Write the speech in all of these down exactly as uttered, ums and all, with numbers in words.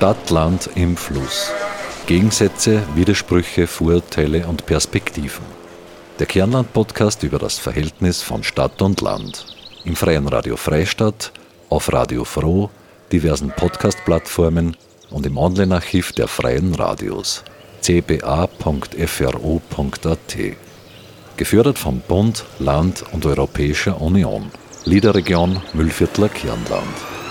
Stadt-Land im Fluss. Gegensätze, Widersprüche, Vorurteile und Perspektiven. Der Kernland-Podcast über das Verhältnis von Stadt und Land. Im Freien Radio Freistadt, auf Radio Froh, diversen Podcast-Plattformen und im Online-Archiv der Freien Radios c b a punkt f r o punkt a t. Gefördert vom Bund, Land und Europäischer Union. Liederregion Mühlviertler Kernland.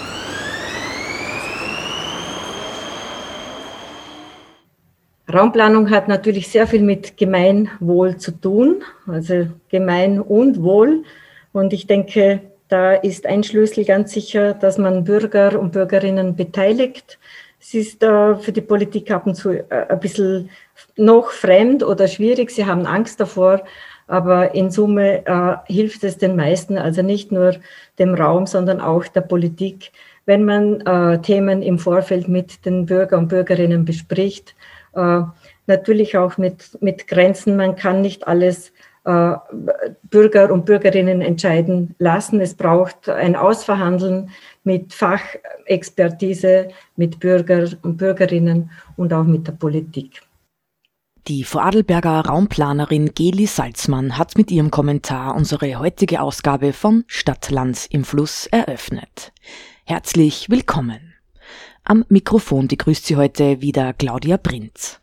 Raumplanung hat natürlich sehr viel mit Gemeinwohl zu tun, also Gemein und Wohl. Und ich denke, da ist ein Schlüssel ganz sicher, dass man Bürger und Bürgerinnen beteiligt. Es ist äh, für die Politik ab und zu äh, ein bisschen noch fremd oder schwierig. Sie haben Angst davor, aber in Summe äh, hilft es den meisten, also nicht nur dem Raum, sondern auch der Politik, wenn man äh, Themen im Vorfeld mit den Bürgern und Bürgerinnen bespricht. Äh, natürlich auch mit, mit Grenzen. Man kann nicht alles äh, Bürger und Bürgerinnen entscheiden lassen. Es braucht ein Ausverhandeln mit Fachexpertise, mit Bürger und Bürgerinnen und auch mit der Politik. Die Vorarlberger Raumplanerin Geli Salzmann hat mit ihrem Kommentar unsere heutige Ausgabe von Stadt-Land im Fluss eröffnet. Herzlich willkommen. Am Mikrofon begrüßt Sie heute wieder Claudia Prinz.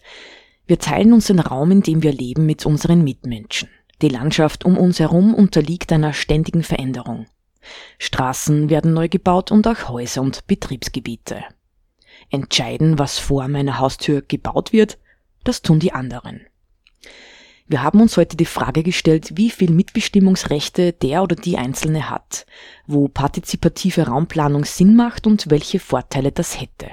Wir teilen uns den Raum, in dem wir leben, mit unseren Mitmenschen. Die Landschaft um uns herum unterliegt einer ständigen Veränderung. Straßen werden neu gebaut und auch Häuser und Betriebsgebiete. Entscheiden, was vor meiner Haustür gebaut wird, das tun die anderen. Wir haben uns heute die Frage gestellt, wie viel Mitbestimmungsrechte der oder die Einzelne hat, wo partizipative Raumplanung Sinn macht und welche Vorteile das hätte.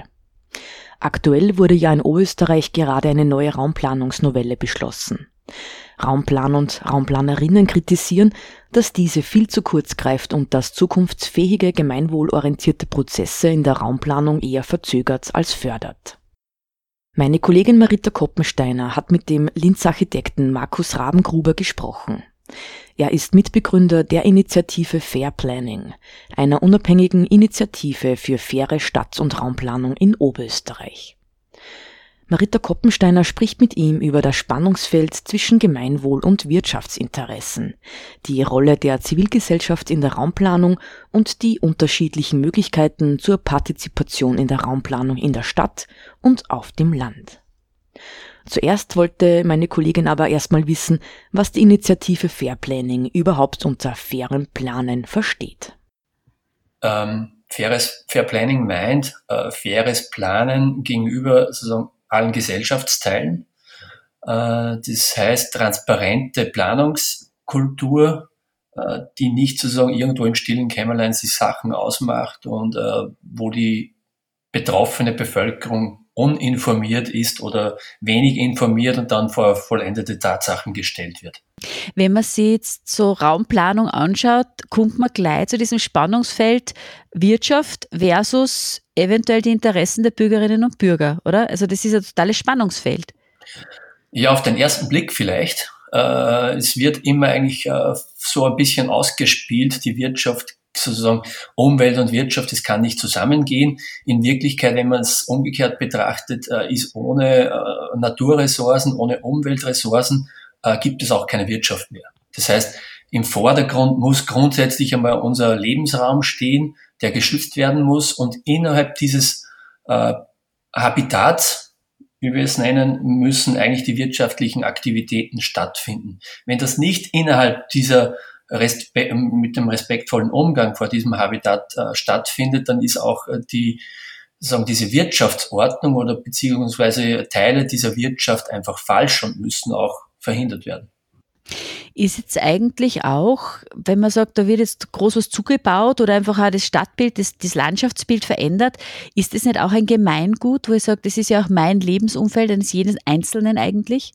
Aktuell wurde ja in Oberösterreich gerade eine neue Raumplanungsnovelle beschlossen. Raumplaner und Raumplanerinnen kritisieren, dass diese viel zu kurz greift und dass zukunftsfähige, gemeinwohlorientierte Prozesse in der Raumplanung eher verzögert als fördert. Meine Kollegin Marita Koppensteiner hat mit dem Linz-Architekten Markus Rabengruber gesprochen. Er ist Mitbegründer der Initiative Fair Planning, einer unabhängigen Initiative für faire Stadt- und Raumplanung in Oberösterreich. Marita Koppensteiner spricht mit ihm über das Spannungsfeld zwischen Gemeinwohl und Wirtschaftsinteressen, die Rolle der Zivilgesellschaft in der Raumplanung und die unterschiedlichen Möglichkeiten zur Partizipation in der Raumplanung in der Stadt und auf dem Land. Zuerst wollte meine Kollegin aber erstmal wissen, was die Initiative Fair Planning überhaupt unter fairem Planen versteht. Ähm, faires, Fair Planning meint äh, faires Planen gegenüber sozusagen allen Gesellschaftsteilen. Äh, das heißt transparente Planungskultur, äh, die nicht sozusagen irgendwo im stillen Kämmerlein sich Sachen ausmacht und äh, wo die betroffene Bevölkerung uninformiert ist oder wenig informiert und dann vor vollendete Tatsachen gestellt wird. Wenn man sich jetzt so Raumplanung anschaut, kommt man gleich zu diesem Spannungsfeld Wirtschaft versus eventuell die Interessen der Bürgerinnen und Bürger, oder? Also das ist ein totales Spannungsfeld. Ja, auf den ersten Blick vielleicht. Äh, es wird immer eigentlich äh, so ein bisschen ausgespielt, die Wirtschaft sozusagen Umwelt und Wirtschaft, das kann nicht zusammengehen. In Wirklichkeit, wenn man es umgekehrt betrachtet, äh, ist ohne äh, Naturressourcen, ohne Umweltressourcen, äh, gibt es auch keine Wirtschaft mehr. Das heißt, im Vordergrund muss grundsätzlich einmal unser Lebensraum stehen, der geschützt werden muss und innerhalb dieses äh, Habitats, wie wir es nennen, müssen eigentlich die wirtschaftlichen Aktivitäten stattfinden. Wenn das nicht innerhalb dieser Respe- mit dem respektvollen Umgang vor diesem Habitat äh, stattfindet, dann ist auch äh, die, sagen, diese Wirtschaftsordnung oder beziehungsweise Teile dieser Wirtschaft einfach falsch und müssen auch verhindert werden. Ist jetzt eigentlich auch, wenn man sagt, da wird jetzt groß was zugebaut oder einfach auch das Stadtbild, das, das Landschaftsbild verändert, ist das nicht auch ein Gemeingut, wo ich sage, das ist ja auch mein Lebensumfeld eines jeden Einzelnen eigentlich?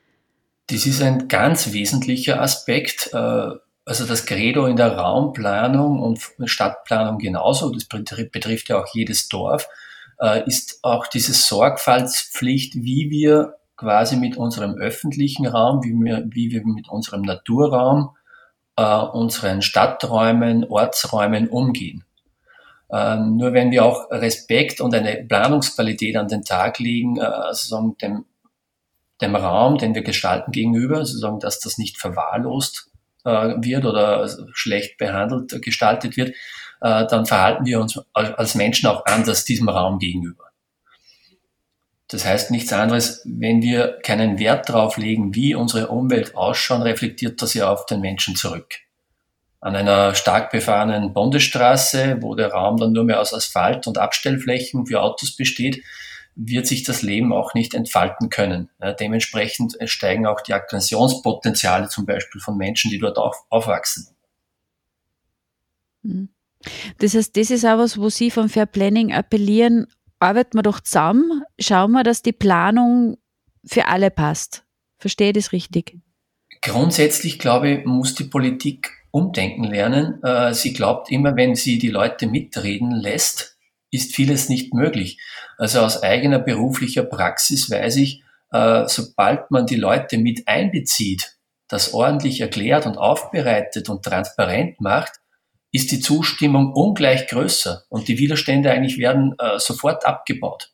Das ist ein ganz wesentlicher Aspekt. Äh, Also das Credo in der Raumplanung und Stadtplanung genauso, das betrifft ja auch jedes Dorf, ist auch diese Sorgfaltspflicht, wie wir quasi mit unserem öffentlichen Raum, wie wir, wie wir mit unserem Naturraum, unseren Stadträumen, Ortsräumen umgehen. Ähm, nur wenn wir auch Respekt und eine Planungsqualität an den Tag legen, äh, sozusagen dem, dem Raum, den wir gestalten gegenüber, sozusagen, dass das nicht verwahrlost äh, wird oder schlecht behandelt äh, gestaltet wird, äh, dann verhalten wir uns als Menschen auch anders diesem Raum gegenüber. Das heißt nichts anderes, wenn wir keinen Wert darauf legen, wie unsere Umwelt ausschaut, reflektiert das ja auf den Menschen zurück. An einer stark befahrenen Bundesstraße, wo der Raum dann nur mehr aus Asphalt und Abstellflächen für Autos besteht, wird sich das Leben auch nicht entfalten können. Ja, dementsprechend steigen auch die Aggressionspotenziale zum Beispiel von Menschen, die dort auf, aufwachsen. Das heißt, das ist auch was, wo Sie vom Fair Planning appellieren, arbeiten wir doch zusammen, schauen wir, dass die Planung für alle passt. Verstehe ich das richtig? Grundsätzlich, glaube ich, muss die Politik umdenken lernen. Sie glaubt immer, wenn sie die Leute mitreden lässt, ist vieles nicht möglich. Also aus eigener beruflicher Praxis weiß ich, sobald man die Leute mit einbezieht, das ordentlich erklärt und aufbereitet und transparent macht, ist die Zustimmung ungleich größer und die Widerstände eigentlich werden sofort abgebaut.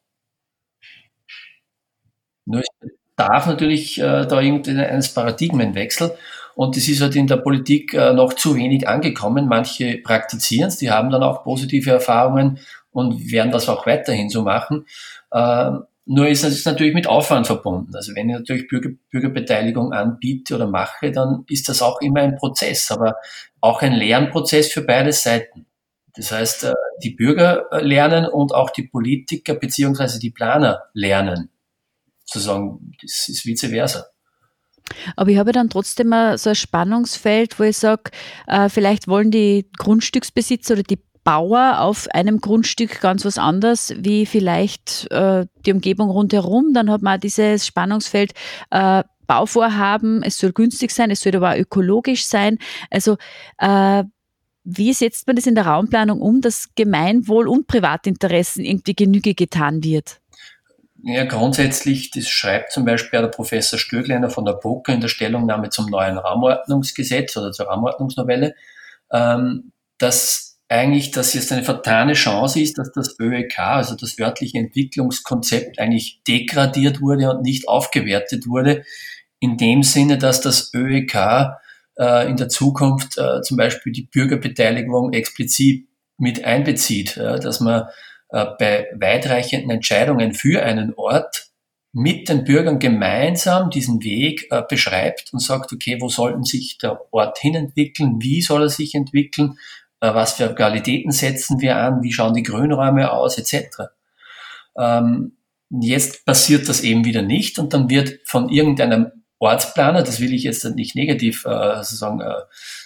Nur es bedarf natürlich da irgendeines Paradigmenwechsel. Und das ist halt in der Politik äh, noch zu wenig angekommen. Manche praktizieren es, die haben dann auch positive Erfahrungen und werden das auch weiterhin so machen. Äh, nur ist es natürlich mit Aufwand verbunden. Also wenn ich natürlich Bürger, Bürgerbeteiligung anbiete oder mache, dann ist das auch immer ein Prozess, aber auch ein Lernprozess für beide Seiten. Das heißt, äh, die Bürger lernen und auch die Politiker beziehungsweise die Planer lernen. Sozusagen, das ist vice versa. Aber ich habe dann trotzdem so ein Spannungsfeld, wo ich sage, äh, vielleicht wollen die Grundstücksbesitzer oder die Bauer auf einem Grundstück ganz was anderes, wie vielleicht äh, die Umgebung rundherum. Dann hat man auch dieses Spannungsfeld äh, Bauvorhaben, es soll günstig sein, es soll aber auch ökologisch sein. Also äh, wie setzt man das in der Raumplanung um, dass Gemeinwohl und Privatinteressen irgendwie Genüge getan wird? Ja, grundsätzlich, das schreibt zum Beispiel der Professor Stögleiner von der BOKA in der Stellungnahme zum neuen Raumordnungsgesetz oder zur Raumordnungsnovelle, ähm, dass eigentlich das jetzt eine vertane Chance ist, dass das ÖEK, also das örtliche Entwicklungskonzept, eigentlich degradiert wurde und nicht aufgewertet wurde, in dem Sinne, dass das ÖEK äh, in der Zukunft äh, zum Beispiel die Bürgerbeteiligung explizit mit einbezieht, äh, dass man bei weitreichenden Entscheidungen für einen Ort mit den Bürgern gemeinsam diesen Weg äh, beschreibt und sagt, okay, wo sollten sich der Ort hinentwickeln, wie soll er sich entwickeln, äh, was für Qualitäten setzen wir an, wie schauen die Grünräume aus, et cetera. Ähm, jetzt passiert das eben wieder nicht und dann wird von irgendeinem Ortsplaner, das will ich jetzt nicht negativ äh, sozusagen äh,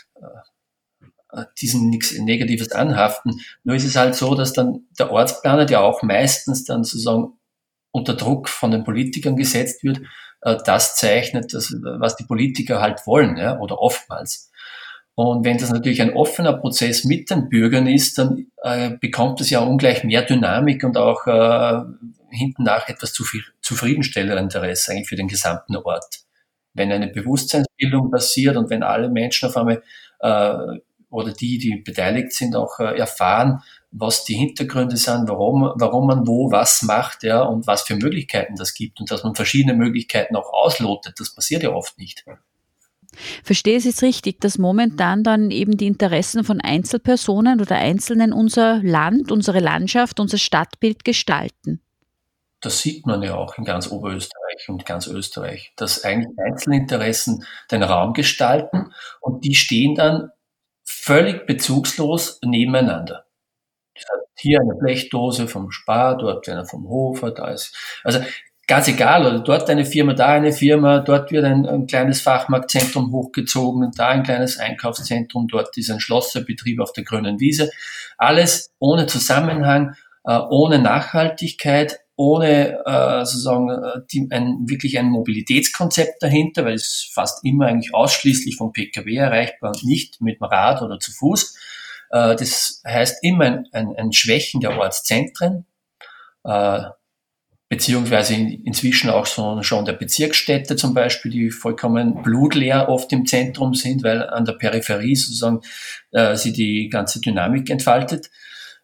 diesen nichts Negatives anhaften. Nur ist es halt so, dass dann der Ortsplaner, der auch meistens dann sozusagen unter Druck von den Politikern gesetzt wird, das zeichnet, das, was die Politiker halt wollen, ja, oder oftmals. Und wenn das natürlich ein offener Prozess mit den Bürgern ist, dann äh, bekommt es ja ungleich mehr Dynamik und auch äh, hinten nach etwas zu viel zufriedenstellenderes eigentlich für den gesamten Ort. Wenn eine Bewusstseinsbildung passiert und wenn alle Menschen auf einmal äh, oder die, die beteiligt sind, auch äh, erfahren, was die Hintergründe sind, warum, warum man wo was macht, ja, und was für Möglichkeiten das gibt und dass man verschiedene Möglichkeiten auch auslotet. Das passiert ja oft nicht. Verstehe ich es jetzt richtig, dass momentan dann eben die Interessen von Einzelpersonen oder Einzelnen unser Land, unsere Landschaft, unser Stadtbild gestalten? Das sieht man ja auch in ganz Oberösterreich und ganz Österreich, dass eigentlich Einzelinteressen den Raum gestalten und die stehen dann völlig bezugslos nebeneinander. Das heißt, hier eine Blechdose vom Spar, dort einer vom Hofer, da ist, also ganz egal, oder dort eine Firma, da eine Firma, dort wird ein, ein kleines Fachmarktzentrum hochgezogen, da ein kleines Einkaufszentrum, dort ist ein Schlosserbetrieb auf der grünen Wiese. Alles ohne Zusammenhang, äh, ohne Nachhaltigkeit, ohne äh, sozusagen die, ein, wirklich ein Mobilitätskonzept dahinter, weil es fast immer eigentlich ausschließlich vom P K W erreichbar und nicht mit dem Rad oder zu Fuß. Äh, das heißt immer ein, ein, ein Schwächen der Ortszentren, äh, beziehungsweise in, inzwischen auch so, schon der Bezirksstädte zum Beispiel, die vollkommen blutleer oft im Zentrum sind, weil an der Peripherie sozusagen äh, sie die ganze Dynamik entfaltet.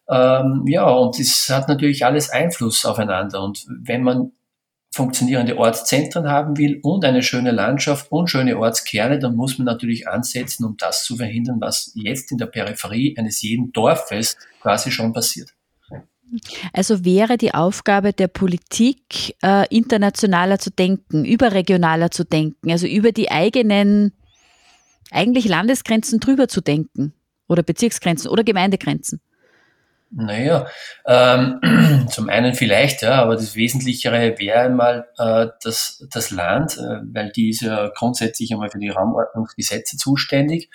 Ähm, ja, und das hat natürlich alles Einfluss aufeinander. Und wenn man funktionierende Ortszentren haben will und eine schöne Landschaft und schöne Ortskerne, dann muss man natürlich ansetzen, um das zu verhindern, was jetzt in der Peripherie eines jeden Dorfes quasi schon passiert. Also wäre die Aufgabe der Politik, äh, internationaler zu denken, überregionaler zu denken, also über die eigenen, eigentlich Landesgrenzen drüber zu denken oder Bezirksgrenzen oder Gemeindegrenzen? Naja, ähm, zum einen vielleicht, ja, aber das Wesentlichere wäre einmal äh, das, das Land, äh, weil die ist ja grundsätzlich einmal für die Raumordnungsgesetze zuständig.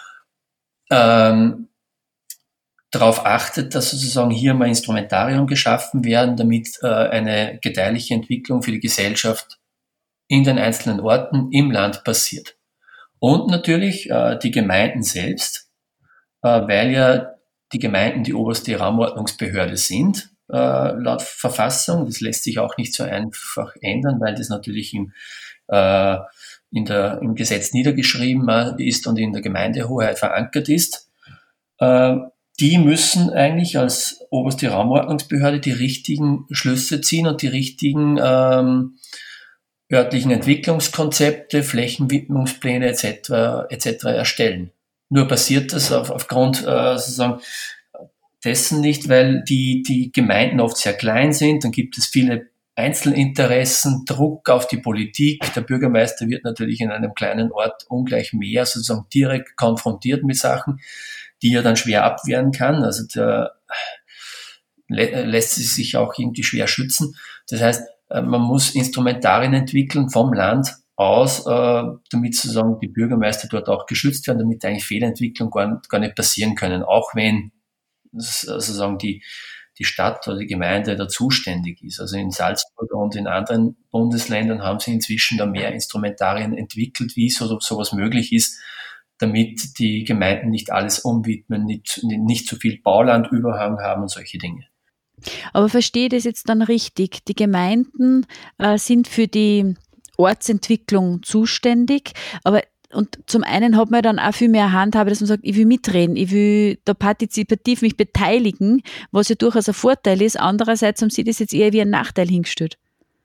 Ähm, darauf achtet, dass sozusagen hier mal Instrumentarien geschaffen werden, damit äh, eine gedeihliche Entwicklung für die Gesellschaft in den einzelnen Orten im Land passiert. Und natürlich äh, die Gemeinden selbst, äh, weil ja die Gemeinden die oberste Raumordnungsbehörde sind, äh, laut Verfassung. Das lässt sich auch nicht so einfach ändern, weil das natürlich im, äh, in der, im Gesetz niedergeschrieben äh, ist und in der Gemeindehoheit verankert ist. Äh, die müssen eigentlich als oberste Raumordnungsbehörde die richtigen Schlüsse ziehen und die richtigen ähm, örtlichen Entwicklungskonzepte, Flächenwidmungspläne et cetera et cetera erstellen. Nur passiert das auf, aufgrund äh, sozusagen dessen nicht, weil die, die Gemeinden oft sehr klein sind, dann gibt es viele Einzelinteressen, Druck auf die Politik. Der Bürgermeister wird natürlich in einem kleinen Ort ungleich mehr sozusagen direkt konfrontiert mit Sachen, die er dann schwer abwehren kann. Also der lä- lässt sich auch irgendwie schwer schützen. Das heißt, man muss Instrumentarien entwickeln vom Land aus, äh, damit sozusagen die Bürgermeister dort auch geschützt werden, damit eigentlich Fehlentwicklungen gar, gar nicht passieren können, auch wenn sozusagen die, die Stadt oder die Gemeinde da zuständig ist. Also in Salzburg und in anderen Bundesländern haben sie inzwischen da mehr Instrumentarien entwickelt, wie so sowas möglich ist, damit die Gemeinden nicht alles umwidmen, nicht, nicht zu viel Baulandüberhang haben und solche Dinge. Aber verstehe das jetzt dann richtig? Die Gemeinden äh, sind für die Ortsentwicklung zuständig, aber und zum einen hat man dann auch viel mehr Handhabe, dass man sagt, ich will mitreden, ich will da partizipativ mich beteiligen, was ja durchaus ein Vorteil ist. Andererseits haben Sie das jetzt eher wie einen Nachteil hingestellt.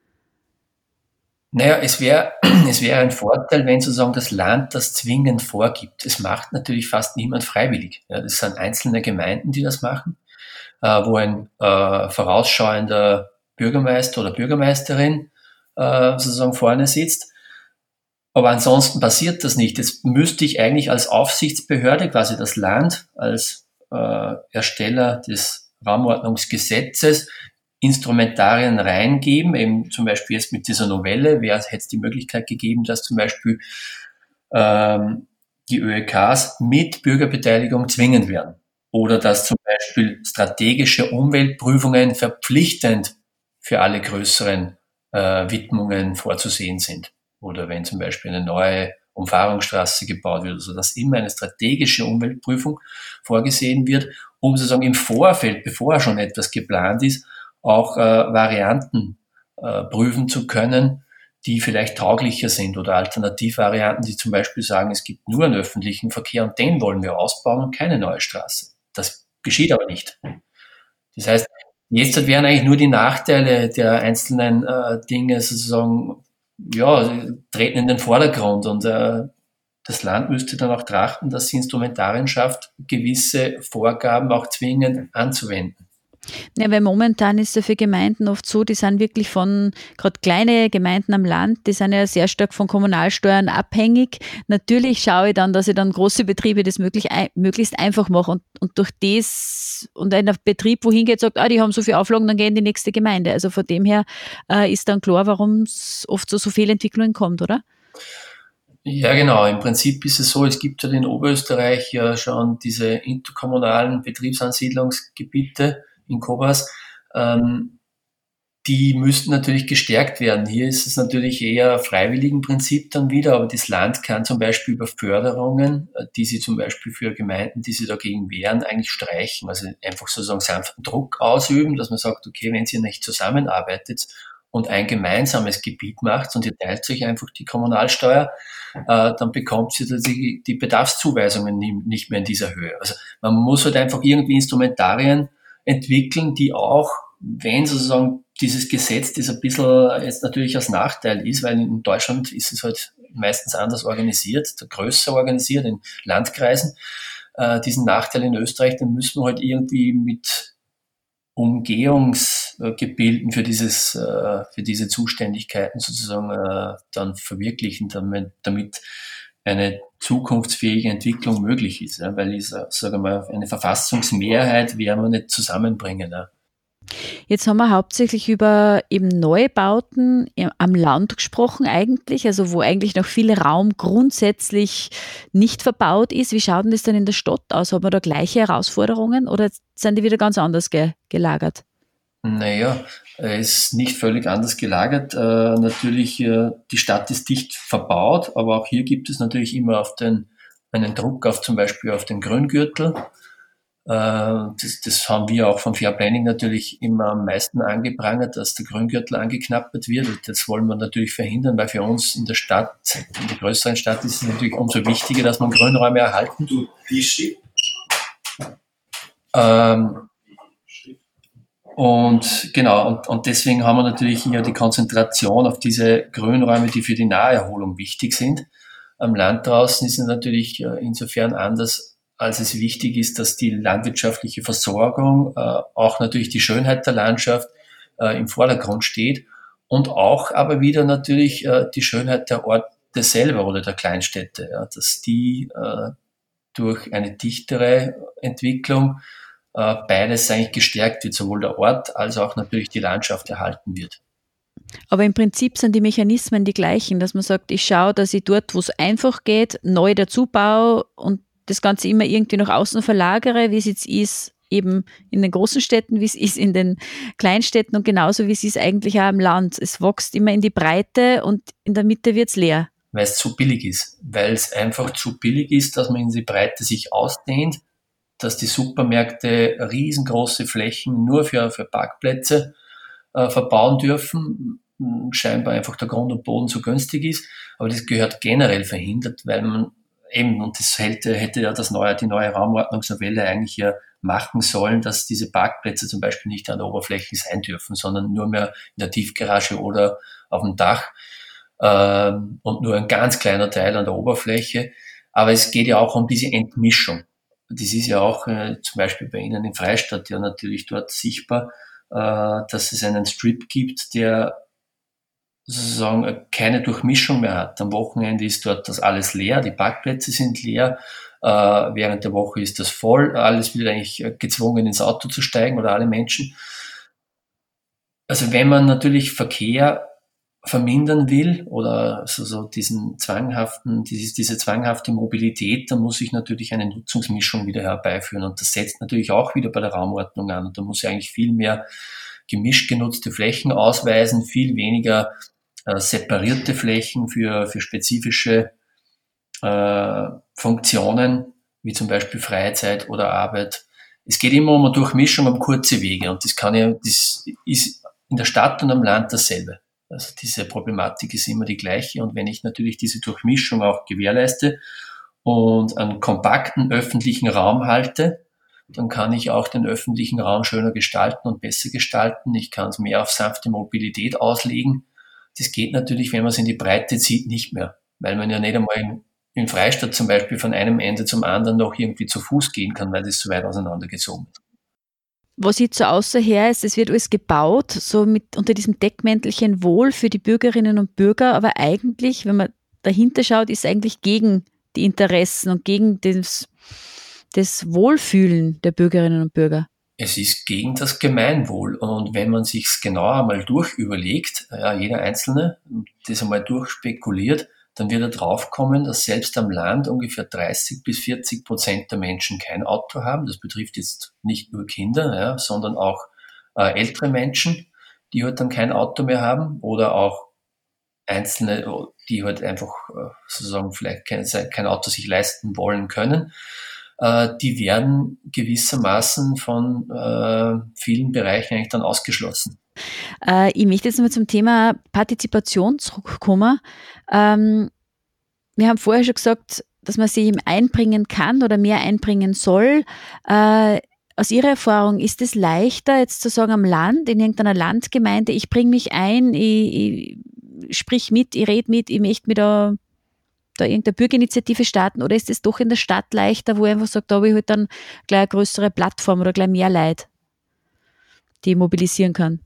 Naja, es wäre es wäre ein Vorteil, wenn sozusagen das Land das zwingend vorgibt. Es macht natürlich fast niemand freiwillig. Ja, das sind einzelne Gemeinden, die das machen, äh, wo ein äh, vorausschauender Bürgermeister oder Bürgermeisterin äh, sozusagen vorne sitzt. Aber ansonsten passiert das nicht. Jetzt müsste ich eigentlich als Aufsichtsbehörde, quasi das Land, als äh, Ersteller des Raumordnungsgesetzes, Instrumentarien reingeben, eben zum Beispiel jetzt mit dieser Novelle, wäre hätte es die Möglichkeit gegeben, dass zum Beispiel ähm, die Ö E Ks mit Bürgerbeteiligung zwingend werden. Oder dass zum Beispiel strategische Umweltprüfungen verpflichtend für alle größeren äh, Widmungen vorzusehen sind. Oder wenn zum Beispiel eine neue Umfahrungsstraße gebaut wird, also dass immer eine strategische Umweltprüfung vorgesehen wird, um sozusagen im Vorfeld, bevor schon etwas geplant ist, auch äh, Varianten äh, prüfen zu können, die vielleicht tauglicher sind oder Alternativvarianten, die zum Beispiel sagen, es gibt nur einen öffentlichen Verkehr und den wollen wir ausbauen und keine neue Straße. Das geschieht aber nicht. Das heißt, jetzt wären eigentlich nur die Nachteile der einzelnen äh, Dinge sozusagen, ja, treten in den Vordergrund und äh, das Land müsste dann auch trachten, dass sie Instrumentarien schafft, gewisse Vorgaben auch zwingend anzuwenden. Ja, weil momentan ist es ja für Gemeinden oft so, die sind wirklich von, gerade kleine Gemeinden am Land, die sind ja sehr stark von Kommunalsteuern abhängig. Natürlich schaue ich dann, dass ich dann große Betriebe das möglich, möglichst einfach mache und, und durch das und ein Betrieb, wohin geht, sagt, ah, die haben so viele Auflagen, dann gehen in die nächste Gemeinde. Also von dem her äh, ist dann klar, warum es oft zu so, so Fehlentwicklungen kommt, oder? Ja, genau. Im Prinzip ist es so, es gibt ja in Oberösterreich ja schon diese interkommunalen Betriebsansiedlungsgebiete in Cobas, ähm, die müssten natürlich gestärkt werden. Hier ist es natürlich eher freiwilligen Prinzip dann wieder, aber das Land kann zum Beispiel über Förderungen, die sie zum Beispiel für Gemeinden, die sie dagegen wehren, eigentlich streichen. Also einfach sozusagen sanften Druck ausüben, dass man sagt, okay, wenn ihr nicht zusammenarbeitet und ein gemeinsames Gebiet macht und ihr teilt euch einfach die Kommunalsteuer, äh, dann bekommt ihr die, die Bedarfszuweisungen nicht mehr in dieser Höhe. Also man muss halt einfach irgendwie Instrumentarien entwickeln, die auch, wenn sozusagen dieses Gesetz, das ein bisschen jetzt natürlich als Nachteil ist, weil in Deutschland ist es halt meistens anders organisiert, größer organisiert in Landkreisen, äh, diesen Nachteil in Österreich, den müssen wir halt irgendwie mit Umgehungsgebilden für dieses, äh, für diese Zuständigkeiten sozusagen äh, dann verwirklichen, damit, damit eine zukunftsfähige Entwicklung möglich ist, ja, weil ich sage mal, eine Verfassungsmehrheit werden wir nicht zusammenbringen. Ja. Jetzt haben wir hauptsächlich über eben Neubauten am Land gesprochen eigentlich, also wo eigentlich noch viel Raum grundsätzlich nicht verbaut ist. Wie schaut denn das denn in der Stadt aus? Haben wir da gleiche Herausforderungen oder sind die wieder ganz anders ge- gelagert? Naja, es ist nicht völlig anders gelagert. Äh, natürlich, äh, die Stadt ist dicht verbaut, aber auch hier gibt es natürlich immer auf den, einen Druck auf zum Beispiel auf den Grüngürtel. Äh, das, das haben wir auch vom Fair Planning natürlich immer am meisten angeprangert, dass der Grüngürtel angeknabbert wird. Und das wollen wir natürlich verhindern, weil für uns in der Stadt, in der größeren Stadt ist es natürlich umso wichtiger, dass man Grünräume erhalten. Du, ähm, Und genau, und, und deswegen haben wir natürlich hier die Konzentration auf diese Grünräume, die für die Naherholung wichtig sind. Am Land draußen ist es natürlich insofern anders, als es wichtig ist, dass die landwirtschaftliche Versorgung, äh, auch natürlich die Schönheit der Landschaft äh, im Vordergrund steht und auch aber wieder natürlich äh, die Schönheit der Orte selber oder der Kleinstädte, ja, dass die äh, durch eine dichtere Entwicklung beides eigentlich gestärkt wird, sowohl der Ort als auch natürlich die Landschaft erhalten wird. Aber im Prinzip sind die Mechanismen die gleichen, dass man sagt, ich schaue, dass ich dort, wo es einfach geht, neu dazu baue und das Ganze immer irgendwie nach außen verlagere, wie es jetzt ist, eben in den großen Städten, wie es ist in den Kleinstädten und genauso wie es ist eigentlich auch am Land. Es wächst immer in die Breite und in der Mitte wird es leer. Weil es zu billig ist, weil es einfach zu billig ist, dass man in die Breite sich ausdehnt, dass die Supermärkte riesengroße Flächen nur für, für Parkplätze äh, verbauen dürfen. Scheinbar einfach der Grund und Boden so günstig ist. Aber das gehört generell verhindert, weil man eben, und das hätte, hätte ja das neue, die neue Raumordnungsnovelle eigentlich ja machen sollen, dass diese Parkplätze zum Beispiel nicht an der Oberfläche sein dürfen, sondern nur mehr in der Tiefgarage oder auf dem Dach ähm, und nur ein ganz kleiner Teil an der Oberfläche. Aber es geht ja auch um diese Entmischung. Das ist ja auch äh, zum Beispiel bei Ihnen in Freistadt ja natürlich dort sichtbar, äh, dass es einen Strip gibt, der sozusagen keine Durchmischung mehr hat. Am Wochenende ist dort das alles leer, die Parkplätze sind leer, äh, während der Woche ist das voll, alles wird eigentlich gezwungen ins Auto zu steigen oder alle Menschen. Also wenn man natürlich Verkehr vermindern will oder so, so diesen zwanghaften, dieses, diese zwanghafte Mobilität, dann muss ich natürlich eine Nutzungsmischung wieder herbeiführen und das setzt natürlich auch wieder bei der Raumordnung an und da muss ich eigentlich viel mehr gemischt genutzte Flächen ausweisen, viel weniger äh, separierte Flächen für, für spezifische äh, Funktionen, wie zum Beispiel Freizeit oder Arbeit. Es geht immer um eine Durchmischung, um kurze Wege und das kann ja, das ist in der Stadt und am Land dasselbe. Also diese Problematik ist immer die gleiche und wenn ich natürlich diese Durchmischung auch gewährleiste und einen kompakten öffentlichen Raum halte, dann kann ich auch den öffentlichen Raum schöner gestalten und besser gestalten. Ich kann es mehr auf sanfte Mobilität auslegen. Das geht natürlich, wenn man es in die Breite zieht, nicht mehr, weil man ja nicht einmal in, in Freistadt zum Beispiel von einem Ende zum anderen noch irgendwie zu Fuß gehen kann, weil das so weit auseinandergezogen ist. Was jetzt so außerher ist, es wird alles gebaut, so mit unter diesem Deckmäntelchen Wohl für die Bürgerinnen und Bürger, aber eigentlich, wenn man dahinter schaut, ist es eigentlich gegen die Interessen und gegen das, das Wohlfühlen der Bürgerinnen und Bürger. Es ist gegen das Gemeinwohl und wenn man sich's genauer einmal durchüberlegt, ja, jeder Einzelne, das einmal durchspekuliert, dann wird er draufkommen, dass selbst am Land ungefähr dreißig bis vierzig Prozent der Menschen kein Auto haben. Das betrifft jetzt nicht nur Kinder, ja, sondern auch äh, ältere Menschen, die halt dann kein Auto mehr haben oder auch Einzelne, die halt einfach äh, sozusagen vielleicht kein, kein Auto sich leisten wollen können. Äh, die werden gewissermaßen von äh, vielen Bereichen eigentlich dann ausgeschlossen. Äh, ich möchte jetzt mal zum Thema Partizipation zurückkommen. Ähm, wir haben vorher schon gesagt, dass man sich eben einbringen kann oder mehr einbringen soll. Äh, aus Ihrer Erfahrung, ist es leichter, jetzt zu sagen, am Land, in irgendeiner Landgemeinde, ich bringe mich ein, ich, ich sprich mit, ich rede mit, ich möchte mir da, da irgendeine Bürgerinitiative starten, oder ist es doch in der Stadt leichter, wo ich einfach sage, da habe ich halt dann gleich eine größere Plattform oder gleich mehr Leute, die ich mobilisieren kann?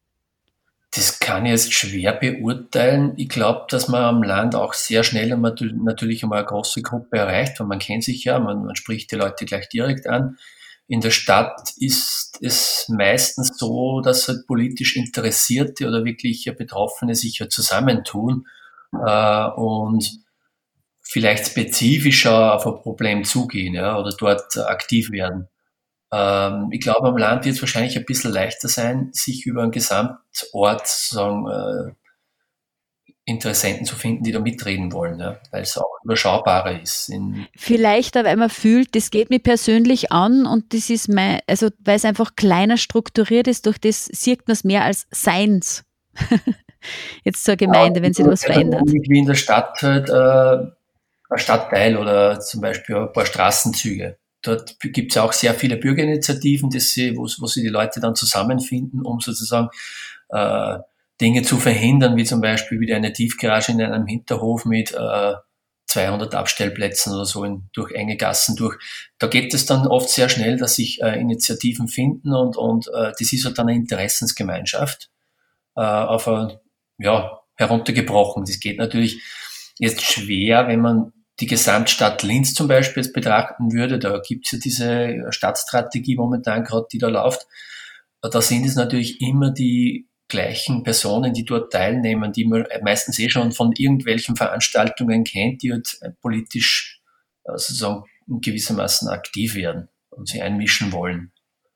Das kann ich jetzt schwer beurteilen. Ich glaube, dass man am Land auch sehr schnell einmal, natürlich einmal eine große Gruppe erreicht, weil man kennt sich ja, man, man spricht die Leute gleich direkt an. In der Stadt ist es meistens so, dass halt politisch Interessierte oder wirklich Betroffene sich ja zusammentun äh, und vielleicht spezifischer auf ein Problem zugehen, ja, oder dort aktiv werden. Ähm, ich glaube, am Land wird es wahrscheinlich ein bisschen leichter sein, sich über einen Gesamtort sozusagen äh, Interessenten zu finden, die da mitreden wollen, ja, weil es auch überschaubarer ist. In Vielleicht, weil man fühlt, das geht mir persönlich an und das ist mein, also weil es einfach kleiner strukturiert ist, durch das sieht man es mehr als Seins. Jetzt zur Gemeinde, wenn sich da was verändert. Wie in der Stadt halt äh, ein Stadtteil oder zum Beispiel ein paar Straßenzüge. Dort gibt es auch sehr viele Bürgerinitiativen, das sie, wo, wo sie die Leute dann zusammenfinden, um sozusagen äh, Dinge zu verhindern, wie zum Beispiel wieder eine Tiefgarage in einem Hinterhof mit äh, zweihundert Abstellplätzen oder so in, durch enge Gassen durch. Da geht es dann oft sehr schnell, dass sich äh, Initiativen finden und, und äh, das ist halt dann eine Interessensgemeinschaft äh, auf ein, ja, heruntergebrochen. Das geht natürlich jetzt schwer, wenn man die Gesamtstadt Linz zum Beispiel jetzt betrachten würde. Da gibt es ja diese Stadtstrategie momentan gerade, die da läuft. Da sind es natürlich immer die gleichen Personen, die dort teilnehmen, die man meistens eh schon von irgendwelchen Veranstaltungen kennt, die halt politisch sozusagen gewissermaßen aktiv werden und sich einmischen wollen.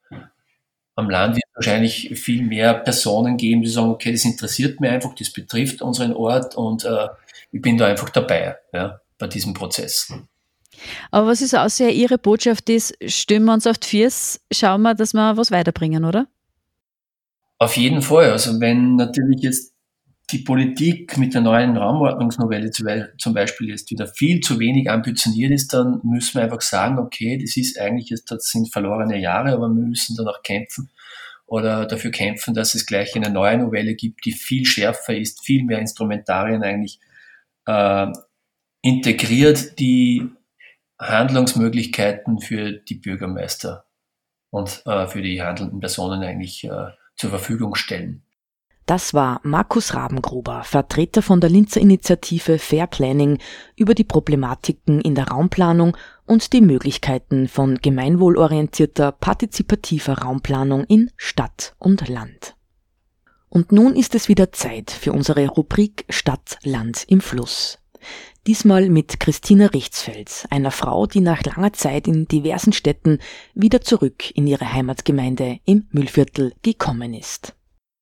Am Land wird es wahrscheinlich viel mehr Personen geben, die sagen, okay, das interessiert mich einfach, das betrifft unseren Ort und äh, ich bin da einfach dabei, ja, bei diesem Prozess. Aber was ist außer Ihre Botschaft ist, stimmen wir uns auf die Füße, schauen wir, dass wir was weiterbringen, oder? Auf jeden Fall. Also wenn natürlich jetzt die Politik mit der neuen Raumordnungsnovelle zum Beispiel jetzt wieder viel zu wenig ambitioniert ist, dann müssen wir einfach sagen, okay, das ist eigentlich jetzt, das sind verlorene Jahre, aber wir müssen danach kämpfen oder dafür kämpfen, dass es gleich eine neue Novelle gibt, die viel schärfer ist, viel mehr Instrumentarien eigentlich äh, integriert, die Handlungsmöglichkeiten für die Bürgermeister und äh, für die handelnden Personen eigentlich äh, zur Verfügung stellen. Das war Markus Rabengruber, Vertreter von der Linzer Initiative Fair Planning, über die Problematiken in der Raumplanung und die Möglichkeiten von gemeinwohlorientierter, partizipativer Raumplanung in Stadt und Land. Und nun ist es wieder Zeit für unsere Rubrik Stadt, Land im Fluss. Diesmal mit Christina Richtsfeld, einer Frau, die nach langer Zeit in diversen Städten wieder zurück in ihre Heimatgemeinde im Mühlviertel gekommen ist.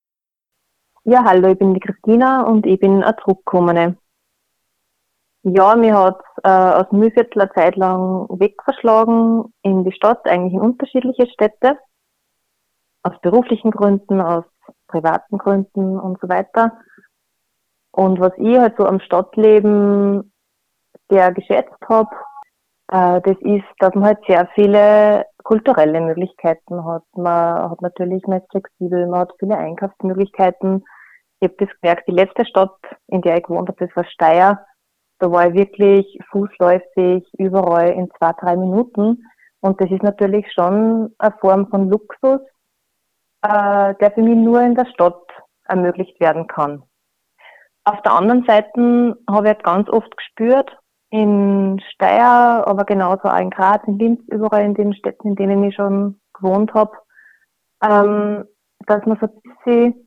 Ja, hallo, ich bin die Christina und ich bin eine Zurückgekommene. Ja, mir hat äh, aus dem Mühlviertel eine Zeit lang wegverschlagen in die Stadt, eigentlich in unterschiedliche Städte, aus beruflichen Gründen, aus privaten Gründen und so weiter. Und was ich halt so am Stadtleben sehr geschätzt habe, äh, das ist, dass man halt sehr viele kulturelle Möglichkeiten hat. Man hat natürlich, man ist flexibel, man hat viele Einkaufsmöglichkeiten. Ich habe das gemerkt, die letzte Stadt, in der ich gewohnt habe, das war Steyr. Da war ich wirklich fußläufig überall in zwei, drei Minuten. Und das ist natürlich schon eine Form von Luxus, äh, der für mich nur in der Stadt ermöglicht werden kann. Auf der anderen Seite habe ich halt ganz oft gespürt, in Steyr, aber genauso auch in Graz, in Linz, überall in den Städten, in denen ich schon gewohnt habe, ähm, dass man so ein bisschen,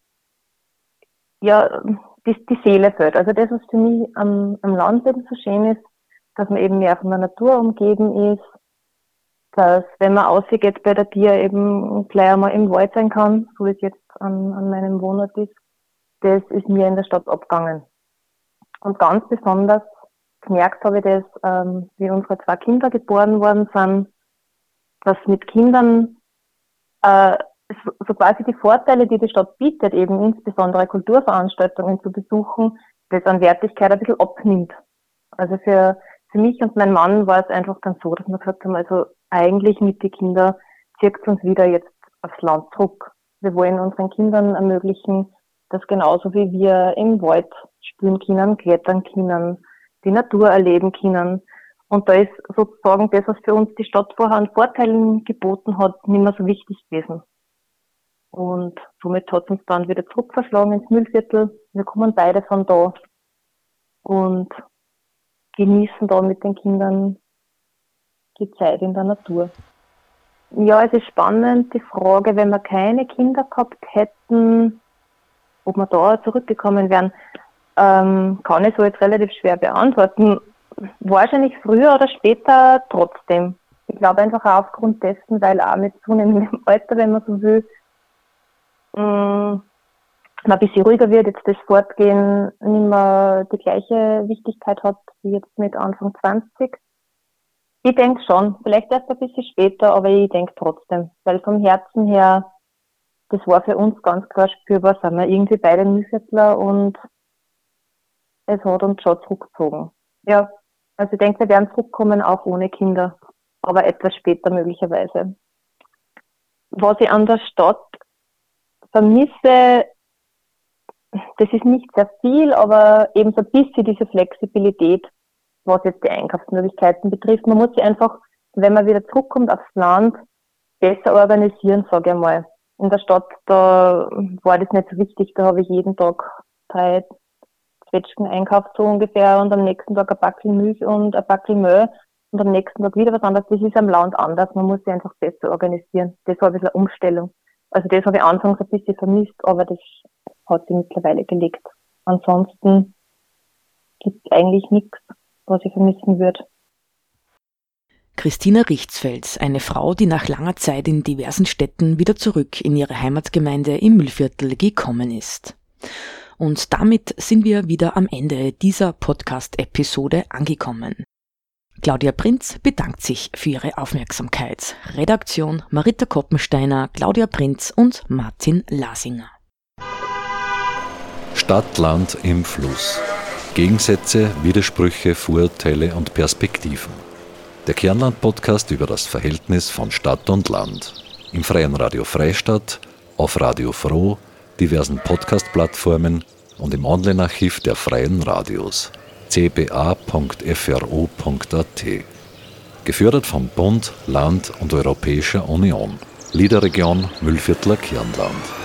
ja, die, die Seele fällt. Also das, was für mich am, am Landleben so schön ist, dass man eben mehr von der Natur umgeben ist, dass, wenn man ausgeht bei der Tier eben gleich einmal im Wald sein kann, so wie es jetzt an, an meinem Wohnort ist. Das ist mir in der Stadt abgegangen. Und ganz besonders gemerkt habe ich das, ähm, wie unsere zwei Kinder geboren worden sind, dass mit Kindern äh, so, so quasi die Vorteile, die die Stadt bietet, eben insbesondere Kulturveranstaltungen zu besuchen, das an Wertigkeit ein bisschen abnimmt. Also für, für mich und meinen Mann war es einfach dann so, dass wir gesagt haben, also eigentlich mit den Kindern zieht es uns wieder jetzt aufs Land zurück. Wir wollen unseren Kindern ermöglichen, dass genauso wie wir im Wald spielen können, klettern können, die Natur erleben können. Und da ist sozusagen das, was für uns die Stadt vorher an Vorteilen geboten hat, nicht mehr so wichtig gewesen. Und somit hat es uns dann wieder zurückverschlagen ins Mühlviertel. Wir kommen beide von da und genießen da mit den Kindern die Zeit in der Natur. Ja, es ist spannend, die Frage, wenn wir keine Kinder gehabt hätten, ob wir da zurückgekommen wären, ähm, kann ich so jetzt relativ schwer beantworten. Wahrscheinlich früher oder später trotzdem. Ich glaube einfach auch aufgrund dessen, weil auch mit zunehmendem Alter, wenn man so will, mh, man ein bisschen ruhiger wird, jetzt das Fortgehen nicht mehr die gleiche Wichtigkeit hat wie jetzt mit Anfang zwanzig. Ich denke schon, vielleicht erst ein bisschen später, aber ich denke trotzdem, weil vom Herzen her, das war für uns ganz klar spürbar, sind wir irgendwie beide Mühlviertler und es hat uns schon zurückgezogen. Ja, also ich denke, wir werden zurückkommen, auch ohne Kinder, aber etwas später möglicherweise. Was ich an der Stadt vermisse, das ist nicht sehr viel, aber eben so ein bisschen diese Flexibilität, was jetzt die Einkaufsmöglichkeiten betrifft. Man muss sich einfach, wenn man wieder zurückkommt aufs Land, besser organisieren, sage ich mal. In der Stadt, da war das nicht so wichtig, da habe ich jeden Tag drei Zwetschgen einkauft, so ungefähr, und am nächsten Tag ein Backel Milch und ein Backel Mehl und am nächsten Tag wieder was anderes. Das ist am Land anders, man muss sich einfach besser organisieren. Das war ein bisschen eine Umstellung. Also das habe ich anfangs ein bisschen vermisst, aber das hat sich mittlerweile gelegt. Ansonsten gibt es eigentlich nichts, was ich vermissen würde. Christina Richtsfeld, eine Frau, die nach langer Zeit in diversen Städten wieder zurück in ihre Heimatgemeinde im Mühlviertel gekommen ist. Und damit sind wir wieder am Ende dieser Podcast-Episode angekommen. Claudia Prinz bedankt sich für ihre Aufmerksamkeit. Redaktion Marita Koppensteiner, Claudia Prinz und Martin Lasinger. Stadt, Land im Fluss. Gegensätze, Widersprüche, Vorurteile und Perspektiven. Der Kernland-Podcast über das Verhältnis von Stadt und Land. Im Freien Radio Freistadt, auf Radio Froh, diversen Podcast-Plattformen und im Online-Archiv der Freien Radios c b a punkt f r o punkt a t. Gefördert vom Bund, Land und Europäischer Union. Liederregion Mühlviertler Kernland.